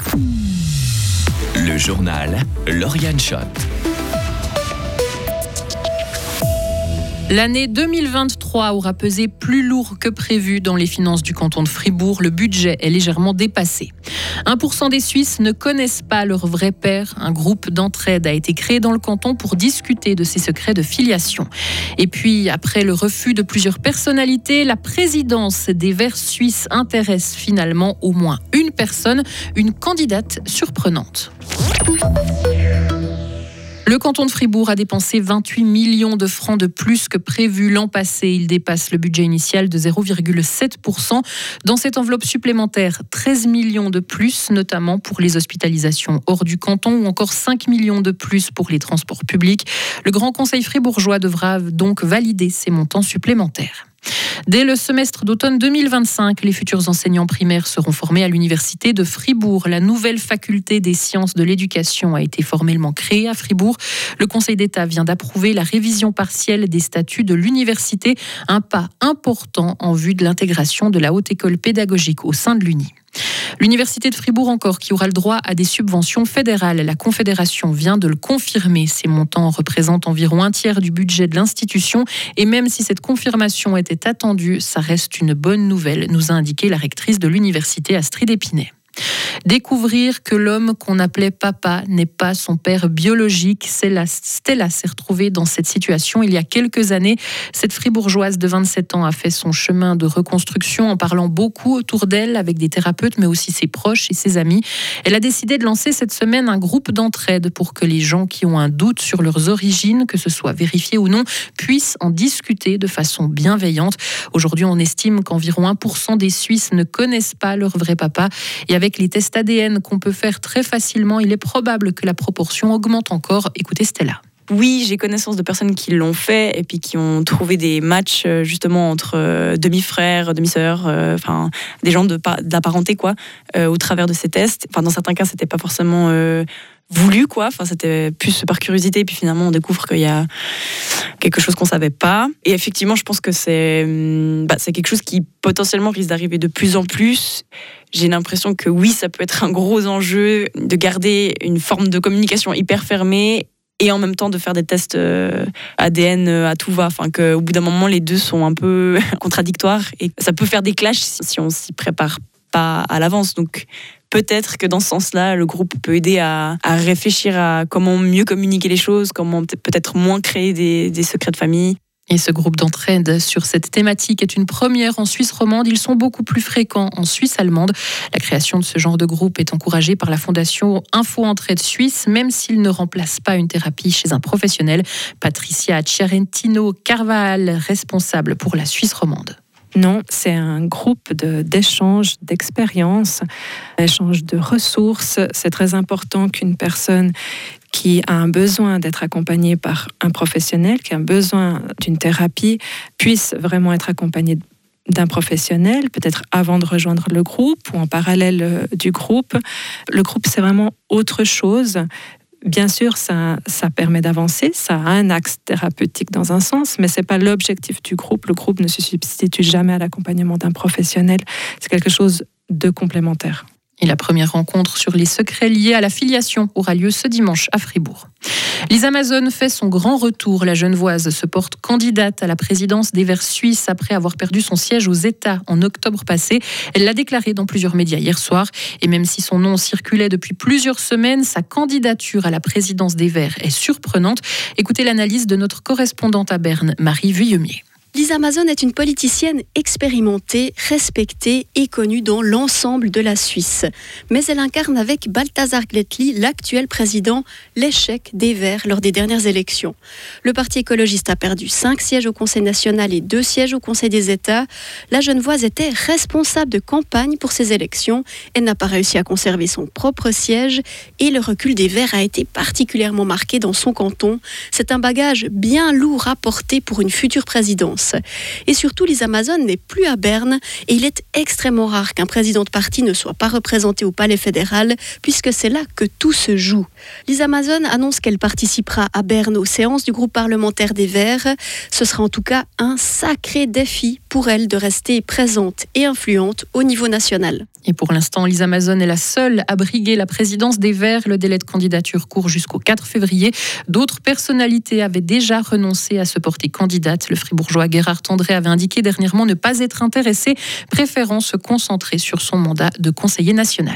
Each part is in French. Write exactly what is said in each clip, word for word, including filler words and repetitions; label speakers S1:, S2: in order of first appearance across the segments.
S1: Le journal Lauriane Schott.
S2: L'année deux mille vingt-trois aura pesé plus lourd que prévu dans les finances du canton de Fribourg. Le budget est légèrement dépassé. un pour cent des Suisses ne connaissent pas leur vrai père. Un groupe d'entraide a été créé dans le canton pour discuter de ces secrets de filiation. Et puis, après le refus de plusieurs personnalités, la présidence des Verts suisses intéresse finalement au moins une personne, une candidate surprenante. Le canton de Fribourg a dépensé vingt-huit millions de francs de plus que prévu l'an passé. Il dépasse le budget initial de zéro virgule sept pour cent. Dans cette enveloppe supplémentaire, treize millions de plus, notamment pour les hospitalisations hors du canton ou encore cinq millions de plus pour les transports publics. Le Grand Conseil fribourgeois devra donc valider ces montants supplémentaires. Dès le semestre d'automne deux mille vingt-cinq, les futurs enseignants primaires seront formés à l'université de Fribourg. La nouvelle faculté des sciences de l'éducation a été formellement créée à Fribourg. Le Conseil d'État vient d'approuver la révision partielle des statuts de l'université, un pas important en vue de l'intégration de la haute école pédagogique au sein de l'Uni. L'Université de Fribourg encore qui aura le droit à des subventions fédérales. La Confédération vient de le confirmer. Ces montants représentent environ un tiers du budget de l'institution. Et même si cette confirmation était attendue, ça reste une bonne nouvelle, nous a indiqué la rectrice de l'université Astrid Épinay. Découvrir que l'homme qu'on appelait papa n'est pas son père biologique. Stella s'est retrouvée dans cette situation il y a quelques années. Cette fribourgeoise de vingt-sept ans a fait son chemin de reconstruction en parlant beaucoup autour d'elle avec des thérapeutes mais aussi ses proches et ses amis. Elle a décidé de lancer cette semaine un groupe d'entraide pour que les gens qui ont un doute sur leurs origines, que ce soit vérifié ou non, puissent en discuter de façon bienveillante. Aujourd'hui, on estime qu'environ un pour cent des Suisses ne connaissent pas leur vrai papa et avec les tests A D N qu'on peut faire très facilement, il est probable que la proportion augmente encore. Écoutez Stella.
S3: Oui, j'ai connaissance de personnes qui l'ont fait et puis qui ont trouvé des matchs justement entre euh, demi-frères, demi-sœurs, euh, enfin des gens de, de la parenté quoi, euh, au travers de ces tests. Enfin dans certains cas, c'était pas forcément euh, voulu quoi. Enfin c'était plus par curiosité et puis finalement on découvre qu'il y a quelque chose qu'on savait pas. Et effectivement, je pense que c'est bah, c'est quelque chose qui potentiellement risque d'arriver de plus en plus. J'ai l'impression que oui, ça peut être un gros enjeu de garder une forme de communication hyper fermée et en même temps de faire des tests A D N à tout va. Enfin, qu'au bout d'un moment, les deux sont un peu contradictoires et ça peut faire des clashs si on s'y prépare pas à l'avance. Donc, peut-être que dans ce sens-là, le groupe peut aider à, à réfléchir à comment mieux communiquer les choses, comment peut-être moins créer des, des secrets de famille.
S2: Et ce groupe d'entraide sur cette thématique est une première en Suisse romande. Ils sont beaucoup plus fréquents en Suisse allemande. La création de ce genre de groupe est encouragée par la fondation Info Entraide Suisse, même s'il ne remplace pas une thérapie chez un professionnel. Patricia Ciarentino Carval, responsable pour la Suisse romande.
S4: Non, c'est un groupe de, d'échange, d'expériences, d'échange de ressources. C'est très important qu'une personne qui a un besoin d'être accompagnée par un professionnel, qui a un besoin d'une thérapie, puisse vraiment être accompagnée d'un professionnel, peut-être avant de rejoindre le groupe ou en parallèle du groupe. Le groupe, c'est vraiment autre chose. Bien sûr, ça, ça permet d'avancer, ça a un axe thérapeutique dans un sens, mais ce n'est pas l'objectif du groupe. Le groupe ne se substitue jamais à l'accompagnement d'un professionnel. C'est quelque chose de complémentaire.
S2: Et la première rencontre sur les secrets liés à la filiation aura lieu ce dimanche à Fribourg. Lisa Amazon fait son grand retour. La Genevoise se porte candidate à la présidence des Verts suisses après avoir perdu son siège aux États en octobre passé. Elle l'a déclaré dans plusieurs médias hier soir. Et même si son nom circulait depuis plusieurs semaines, sa candidature à la présidence des Verts est surprenante. Écoutez l'analyse de notre correspondante à Berne, Marie Vuillemier.
S5: Lisa Amazon est une politicienne expérimentée, respectée et connue dans l'ensemble de la Suisse. Mais elle incarne avec Balthazar Glättli, l'actuel président, l'échec des Verts lors des dernières élections. Le Parti écologiste a perdu cinq sièges au Conseil national et deux sièges au Conseil des États. La Genevoise était responsable de campagne pour ces élections. Elle n'a pas réussi à conserver son propre siège et le recul des Verts a été particulièrement marqué dans son canton. C'est un bagage bien lourd à porter pour une future présidence. Et surtout, Lisa Amazon n'est plus à Berne et il est extrêmement rare qu'un président de parti ne soit pas représenté au Palais fédéral puisque c'est là que tout se joue. Lisa Amazon annonce qu'elle participera à Berne aux séances du groupe parlementaire des Verts. Ce sera en tout cas un sacré défi pour elle de rester présente et influente au niveau national.
S2: Et pour l'instant, Lisa Mazon est la seule à briguer la présidence des Verts. Le délai de candidature court jusqu'au quatre février. D'autres personnalités avaient déjà renoncé à se porter candidate. Le fribourgeois Gérard André avait indiqué dernièrement ne pas être intéressé, préférant se concentrer sur son mandat de conseiller national.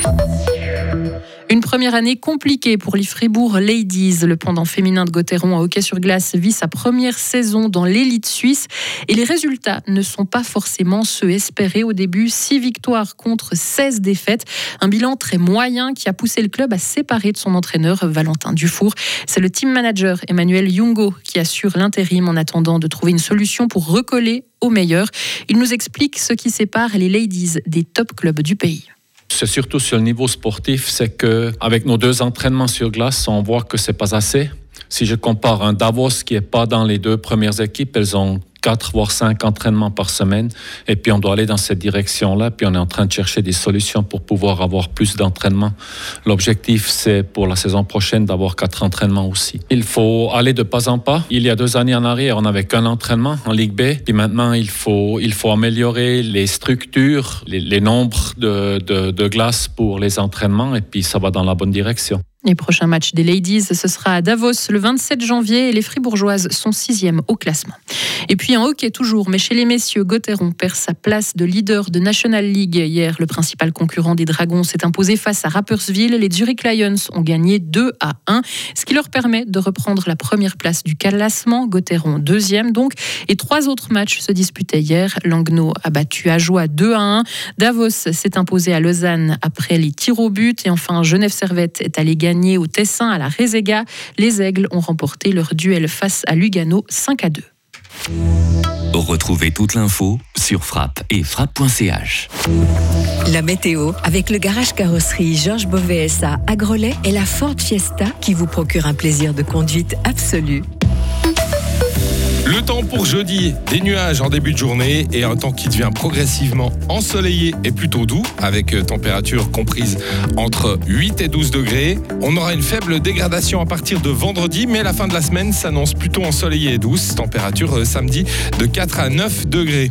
S2: Une première année compliquée pour les Fribourg Ladies. Le pendant féminin de Gotteron en hockey sur glace vit sa première saison dans l'élite suisse. Et les résultats ne sont pas forcément ceux espérés au début. Six victoires contre seize défaites. Un bilan très moyen qui a poussé le club à se séparer de son entraîneur Valentin Dufour. C'est le team manager Emmanuel Jungo qui assure l'intérim en attendant de trouver une solution pour recoller au meilleur. Il nous explique ce qui sépare les Ladies des top clubs du pays.
S6: C'est surtout sur le niveau sportif, c'est qu'avec nos deux entraînements sur glace, on voit que c'est pas assez. Si je compare un Davos qui est pas dans les deux premières équipes, elles ont quatre voire cinq entraînements par semaine et puis on doit aller dans cette direction-là, puis on est en train de chercher des solutions pour pouvoir avoir plus d'entraînements. L'objectif, c'est pour la saison prochaine d'avoir quatre entraînements aussi. Il faut aller de pas en pas. Il y a deux années en arrière, on n'avait qu'un entraînement en Ligue B, puis maintenant il faut, il faut améliorer les structures, les, les nombres de, de, de glaces pour les entraînements et puis ça va dans la bonne direction.
S2: Les prochains matchs des Ladies, ce sera à Davos le vingt-sept janvier et les Fribourgeoises sont sixième au classement. Et puis en hockey toujours, mais chez les messieurs, Gotteron perd sa place de leader de National League. Hier, le principal concurrent des Dragons s'est imposé face à Rapperswil. Les Zurich Lions ont gagné deux à un, ce qui leur permet de reprendre la première place du classement. Gotteron deuxième donc. Et trois autres matchs se disputaient hier. Langnau a battu Ajoie deux à un. Davos s'est imposé à Lausanne après les tirs au but. Et enfin, Genève-Servette est allé gagner au Tessin à la Rézéga. Les Aigles ont remporté leur duel face à Lugano cinq à deux.
S1: Retrouvez toute l'info sur Frappe et frappe point c h.
S7: La météo avec le garage carrosserie Georges Beauvais S A à Grelais et la Ford Fiesta qui vous procure un plaisir de conduite absolu.
S8: Le temps pour jeudi, des nuages en début de journée et un temps qui devient progressivement ensoleillé et plutôt doux, avec température comprise entre huit et douze degrés. On aura une faible dégradation à partir de vendredi, mais la fin de la semaine s'annonce plutôt ensoleillée et douce. Température samedi de quatre à neuf degrés.